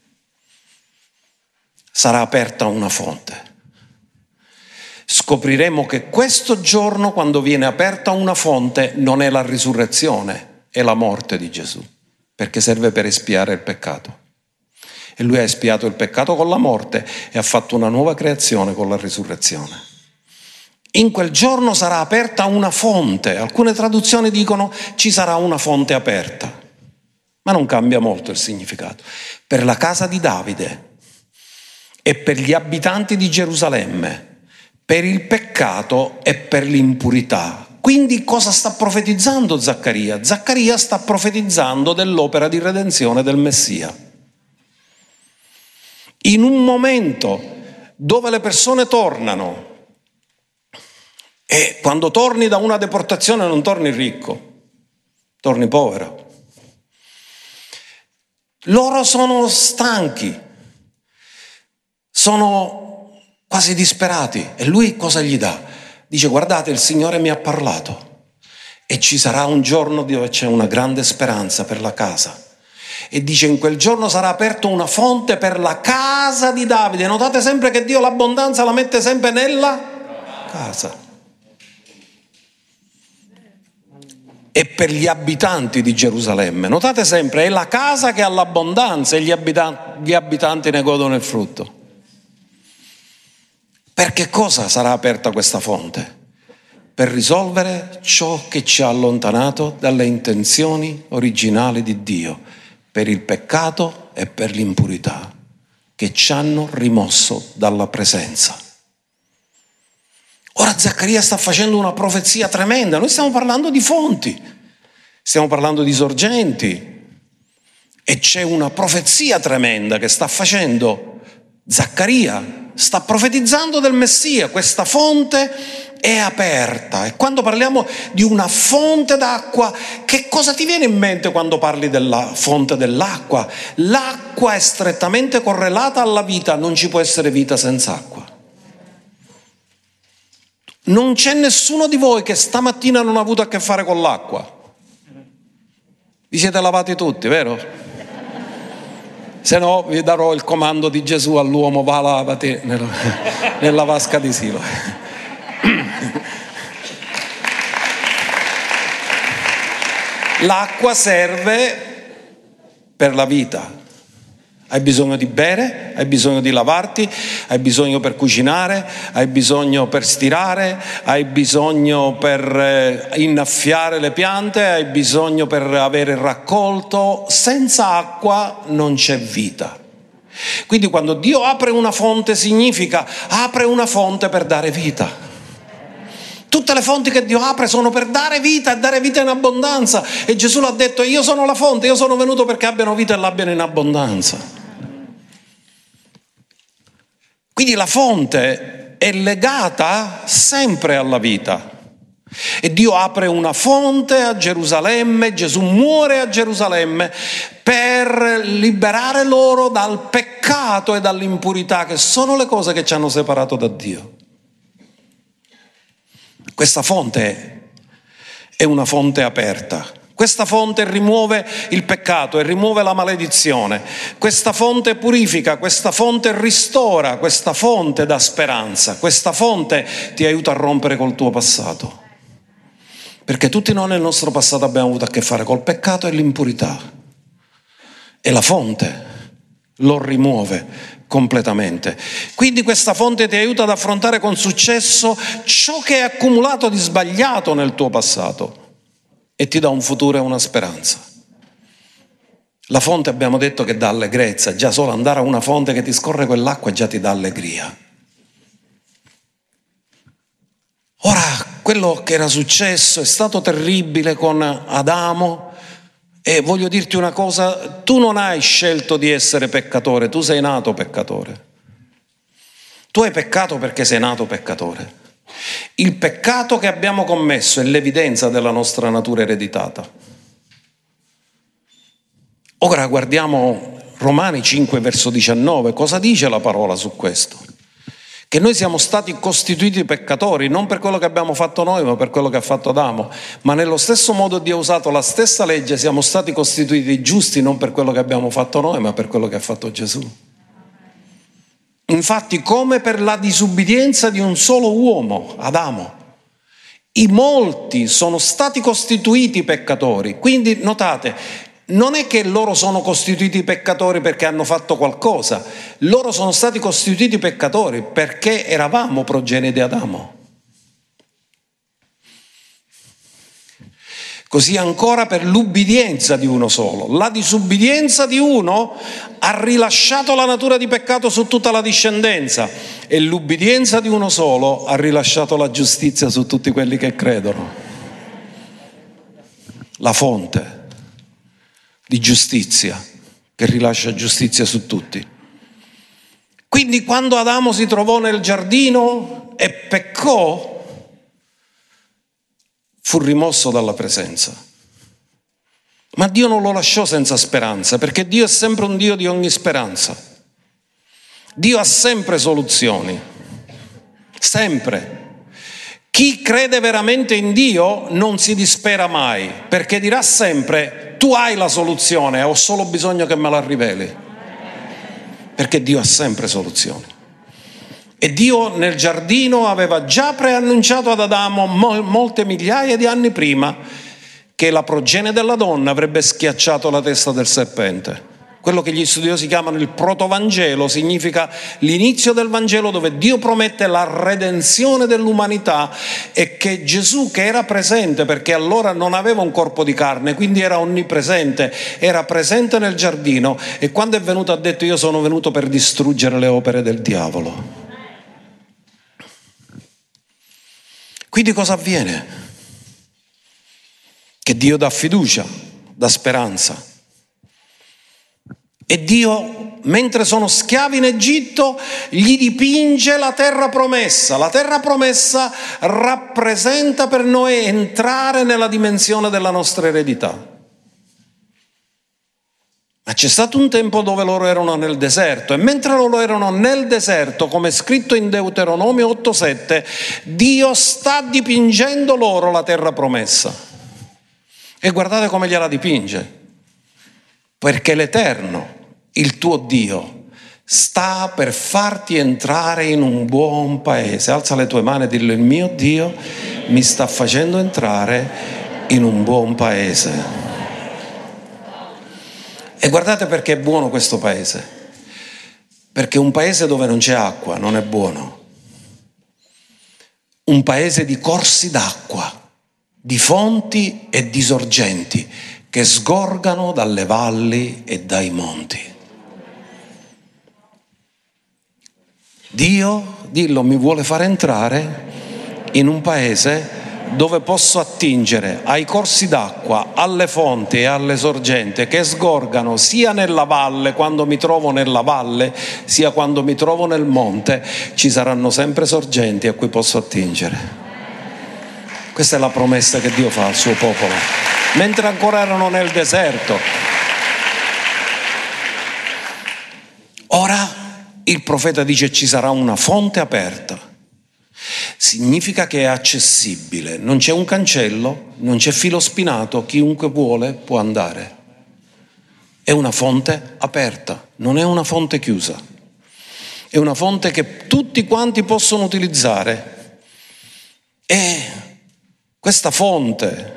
Sarà aperta una fonte. Scopriremo che questo giorno, quando viene aperta una fonte, non è la risurrezione, è la morte di Gesù, perché serve per espiare il peccato. E lui ha espiato il peccato con la morte e ha fatto una nuova creazione con la risurrezione. In quel giorno sarà aperta una fonte. Alcune traduzioni dicono ci sarà una fonte aperta, ma non cambia molto il significato. Per la casa di Davide e per gli abitanti di Gerusalemme, per il peccato e per l'impurità. Quindi cosa sta profetizzando Zaccaria? Zaccaria sta profetizzando dell'opera di redenzione del Messia. In un momento dove le persone tornano E quando torni da una deportazione non torni ricco, torni povero. Loro sono stanchi, sono quasi disperati. E lui cosa gli dà? Dice: guardate, il Signore mi ha parlato e ci sarà un giorno dove c'è una grande speranza per la casa. E dice: in quel giorno sarà aperta una fonte per la casa di Davide. Notate sempre che Dio l'abbondanza la mette sempre nella casa. E per gli abitanti di Gerusalemme. Notate sempre, è la casa che ha l'abbondanza e gli abitanti ne godono il frutto. Per che cosa sarà aperta questa fonte? Per risolvere ciò che ci ha allontanato dalle intenzioni originali di Dio, per il peccato e per l'impurità che ci hanno rimosso dalla presenza. Ora Zaccaria sta facendo una profezia tremenda. Noi stiamo parlando di fonti, stiamo parlando di sorgenti, e c'è una profezia tremenda che sta facendo Zaccaria. Sta profetizzando del Messia. Questa fonte è aperta. E quando parliamo di una fonte d'acqua, che cosa ti viene in mente quando parli della fonte dell'acqua? L'acqua è strettamente correlata alla vita. Non ci può essere vita senza acqua. Non c'è nessuno di voi che stamattina non ha avuto a che fare con l'acqua. Vi siete lavati tutti, vero? Se no vi darò il comando di Gesù all'uomo: va, lavati nella vasca di Silo. L'acqua serve per la vita. Hai bisogno di bere, hai bisogno di lavarti, hai bisogno per cucinare, hai bisogno per stirare, hai bisogno per innaffiare le piante, hai bisogno per avere il raccolto. Senza acqua non c'è vita. Quindi quando Dio apre una fonte, significa apre una fonte per dare vita. Tutte le fonti che Dio apre sono per dare vita e dare vita in abbondanza. E Gesù l'ha detto: io sono la fonte, io sono venuto perché abbiano vita e l'abbiano in abbondanza. Quindi la fonte è legata sempre alla vita. E Dio apre una fonte a Gerusalemme, Gesù muore a Gerusalemme per liberare loro dal peccato e dall'impurità, che sono le cose che ci hanno separato da Dio. Questa fonte è una fonte aperta. Questa fonte rimuove il peccato e rimuove la maledizione. Questa fonte purifica, questa fonte ristora, questa fonte dà speranza, questa fonte ti aiuta a rompere col tuo passato. Perché tutti noi nel nostro passato abbiamo avuto a che fare col peccato e l'impurità. E la fonte lo rimuove completamente. Quindi questa fonte ti aiuta ad affrontare con successo ciò che è accumulato di sbagliato nel tuo passato e ti dà un futuro e una speranza. La fonte, abbiamo detto, che dà allegrezza. Già solo andare a una fonte che ti scorre quell'acqua già ti dà allegria. Ora, quello che era successo è stato terribile con Adamo. E voglio dirti una cosa: tu non hai scelto di essere peccatore, tu sei nato peccatore. Tu hai peccato perché sei nato peccatore. Il peccato che abbiamo commesso è l'evidenza della nostra natura ereditata. Ora guardiamo Romani 5 verso 19, cosa dice la parola su questo? Che noi siamo stati costituiti peccatori non per quello che abbiamo fatto noi, ma per quello che ha fatto Adamo. Ma nello stesso modo Dio ha usato la stessa legge, siamo stati costituiti giusti non per quello che abbiamo fatto noi, ma per quello che ha fatto Gesù. Infatti, come per la disubbidienza di un solo uomo, Adamo, i molti sono stati costituiti peccatori. Quindi notate, non è che loro sono costituiti peccatori perché hanno fatto qualcosa, loro sono stati costituiti peccatori perché eravamo progenie di Adamo. Così ancora per l'ubbidienza di uno solo. La disubbidienza di uno ha rilasciato la natura di peccato su tutta la discendenza e l'ubbidienza di uno solo ha rilasciato la giustizia su tutti quelli che credono. La fonte di giustizia che rilascia giustizia su tutti. Quindi quando Adamo si trovò nel giardino e peccò, fu rimosso dalla presenza. Ma Dio non lo lasciò senza speranza, perché Dio è sempre un Dio di ogni speranza. Dio ha sempre soluzioni, sempre. Chi crede veramente in Dio non si dispera mai, perché dirà sempre: tu hai la soluzione, ho solo bisogno che me la riveli. Perché Dio ha sempre soluzioni. E Dio nel giardino aveva già preannunciato ad Adamo molte migliaia di anni prima che la progenie della donna avrebbe schiacciato la testa del serpente. Quello che gli studiosi chiamano il protovangelo significa l'inizio del Vangelo, dove Dio promette la redenzione dell'umanità e che Gesù, che era presente perché allora non aveva un corpo di carne, quindi era onnipresente, era presente nel giardino, e quando è venuto ha detto: io sono venuto per distruggere le opere del diavolo. Quindi cosa avviene? Che Dio dà fiducia, dà speranza. E Dio, mentre sono schiavi in Egitto, gli dipinge la terra promessa. La terra promessa rappresenta per noi entrare nella dimensione della nostra eredità. Ma c'è stato un tempo dove loro erano nel deserto, e mentre loro erano nel deserto, come è scritto in Deuteronomio 8,7, Dio sta dipingendo loro la terra promessa. E guardate come gliela dipinge. Perché l'Eterno, il tuo Dio, sta per farti entrare in un buon paese. Alza le tue mani e dillo: il mio Dio mi sta facendo entrare in un buon paese. E guardate perché è buono questo paese. Perché un paese dove non c'è acqua non è buono. Un paese di corsi d'acqua, di fonti e di sorgenti che sgorgano dalle valli e dai monti. Dio, dillo, mi vuole fare entrare in un paese dove posso attingere ai corsi d'acqua, alle fonti e alle sorgenti che sgorgano sia nella valle, quando mi trovo nella valle, sia quando mi trovo nel monte. Ci saranno sempre sorgenti a cui posso attingere. Questa è la promessa che Dio fa al suo popolo, mentre ancora erano nel deserto. Ora il profeta dice: ci sarà una fonte aperta. Significa che è accessibile, non c'è un cancello, non c'è filo spinato, chiunque vuole può andare. È una fonte aperta, non è una fonte chiusa. È una fonte che tutti quanti possono utilizzare. E questa fonte,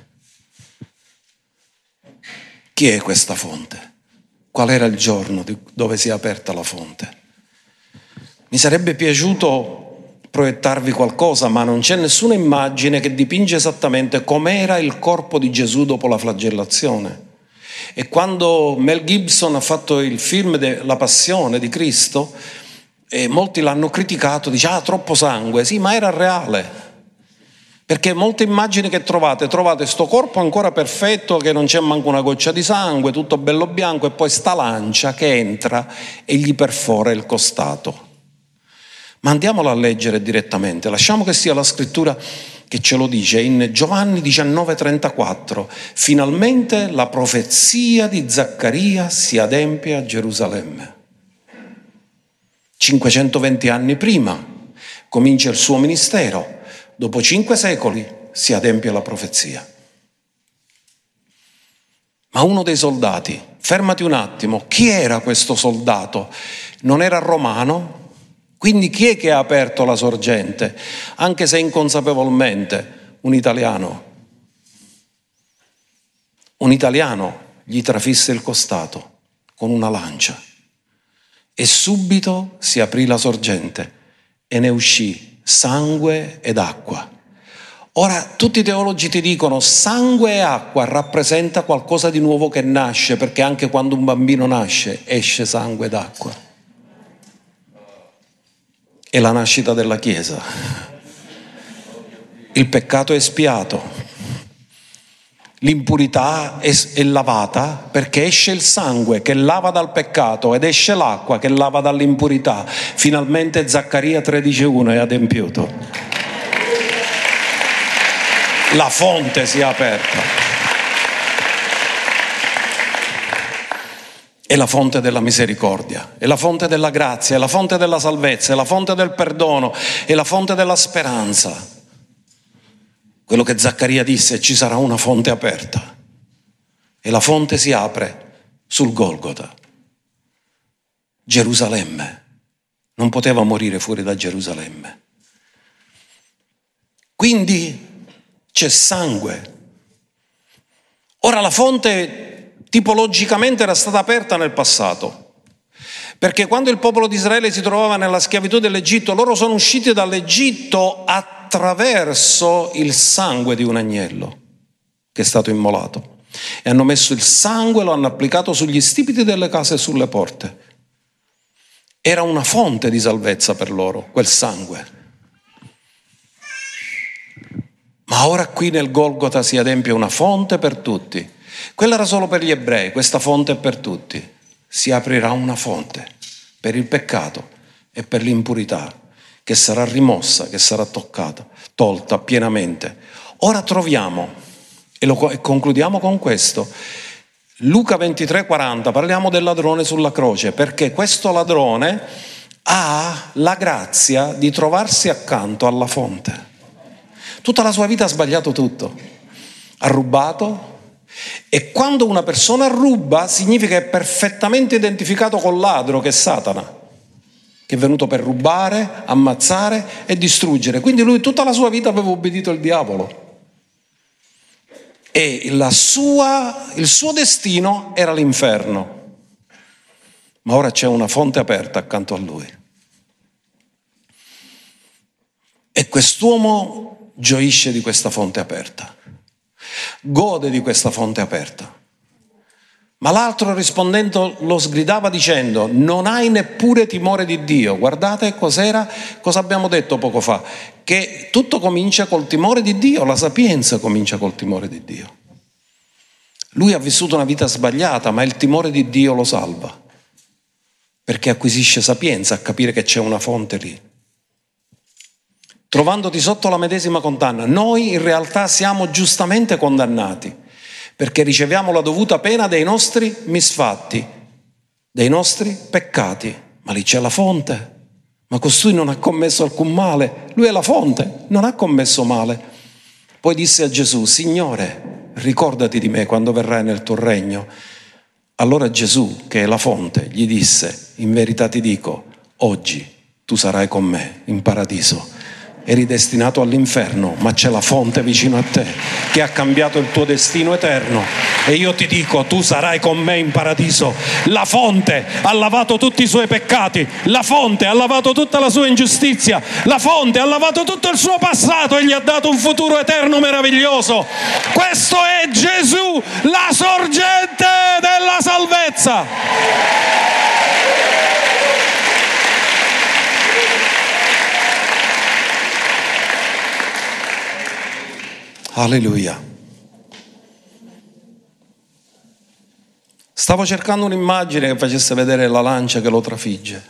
chi è questa fonte? Qual era il giorno dove si è aperta la fonte? Mi sarebbe piaciuto proiettarvi qualcosa, ma non c'è nessuna immagine che dipinge esattamente com'era il corpo di Gesù dopo la flagellazione. E quando Mel Gibson ha fatto il film della Passione di Cristo, molti l'hanno criticato, dice: troppo sangue. Sì, ma era reale. Perché molte immagini che trovate sto corpo ancora perfetto, che non c'è manco una goccia di sangue, tutto bello bianco, e poi sta lancia che entra e gli perfora il costato. Ma andiamolo a leggere direttamente, lasciamo che sia la scrittura che ce lo dice in Giovanni 19,34. Finalmente la profezia di Zaccaria si adempie a Gerusalemme. 520 anni prima comincia il suo ministero, dopo 5 secoli si adempie la profezia. Ma uno dei soldati, fermati un attimo, chi era questo soldato? Non era romano? Quindi chi è che ha aperto la sorgente? Anche se inconsapevolmente, un italiano. Un italiano gli trafisse il costato con una lancia e subito si aprì la sorgente e ne uscì sangue ed acqua. Ora tutti i teologi ti dicono: sangue e acqua rappresenta qualcosa di nuovo che nasce, perché anche quando un bambino nasce esce sangue ed acqua. È la nascita della Chiesa. Il peccato è espiato, l'impurità è lavata, perché esce il sangue che lava dal peccato ed esce l'acqua che lava dall'impurità. Finalmente Zaccaria 13,1 è adempiuto. la fonte si è aperta. È la fonte della misericordia, è la fonte della grazia, è la fonte della salvezza, è la fonte del perdono, è la fonte della speranza. Quello che Zaccaria disse: ci sarà una fonte aperta. E la fonte si apre sul Golgota. Gerusalemme. Non poteva morire fuori da Gerusalemme. Quindi c'è sangue. Ora la fonte tipologicamente era stata aperta nel passato, perché quando il popolo di Israele si trovava nella schiavitù dell'Egitto, loro sono usciti dall'Egitto attraverso il sangue di un agnello che è stato immolato, e hanno messo il sangue, lo hanno applicato sugli stipiti delle case e sulle porte. Era una fonte di salvezza per loro, quel sangue. Ma ora qui nel Golgota si adempie una fonte per tutti. Quella era solo per gli ebrei, questa fonte è per tutti. Si aprirà una fonte per il peccato e per l'impurità, che sarà rimossa, che sarà tolta pienamente. Ora troviamo, e concludiamo con questo, Luca 23,40, parliamo del ladrone sulla croce, perché questo ladrone ha la grazia di trovarsi accanto alla fonte. Tutta la sua vita ha sbagliato tutto, ha rubato, e quando una persona ruba significa che è perfettamente identificato col ladro, che è Satana, che è venuto per rubare, ammazzare e distruggere. Quindi lui tutta la sua vita aveva obbedito al diavolo. E il suo destino era l'inferno. Ma ora c'è una fonte aperta accanto a lui. E quest'uomo gioisce di questa fonte aperta, gode di questa fonte aperta. Ma l'altro rispondendo lo sgridava dicendo: non hai neppure timore di Dio. Guardate cosa abbiamo detto poco fa, che tutto comincia col timore di Dio, la sapienza comincia col timore di Dio. Lui ha vissuto una vita sbagliata, ma il timore di Dio lo salva, perché acquisisce sapienza a capire che c'è una fonte lì. Trovandoti sotto la medesima condanna, noi in realtà siamo giustamente condannati, perché riceviamo la dovuta pena dei nostri misfatti, dei nostri peccati. Ma lì c'è la fonte. Ma costui non ha commesso alcun male. Lui è la fonte, non ha commesso male. Poi disse a Gesù: Signore, ricordati di me quando verrai nel tuo regno. Allora Gesù, che è la fonte, gli disse: in verità ti dico, oggi tu sarai con me in paradiso. Eri destinato all'inferno, ma c'è la fonte vicino a te che ha cambiato il tuo destino eterno. E io ti dico, tu sarai con me in paradiso. La fonte ha lavato tutti i suoi peccati, la fonte ha lavato tutta la sua ingiustizia, la fonte ha lavato tutto il suo passato e gli ha dato un futuro eterno meraviglioso. Questo è Gesù, la sorgente della salvezza. Alleluia. Stavo cercando un'immagine che facesse vedere la lancia che lo trafigge.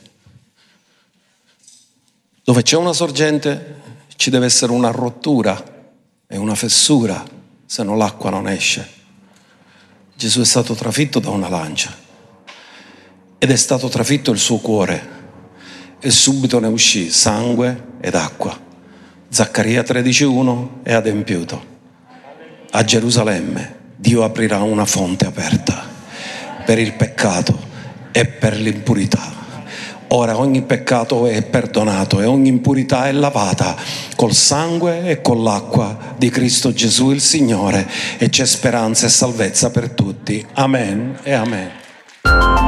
Dove c'è una sorgente ci deve essere una rottura e una fessura, se no l'acqua non esce. Gesù è stato trafitto da una lancia ed è stato trafitto il suo cuore e subito ne uscì sangue ed acqua. Zaccaria 13,1 è adempiuto. A Gerusalemme Dio aprirà una fonte aperta per il peccato e per l'impurità. Ora ogni peccato è perdonato e ogni impurità è lavata col sangue e con l'acqua di Cristo Gesù il Signore, e c'è speranza e salvezza per tutti. Amen e amen.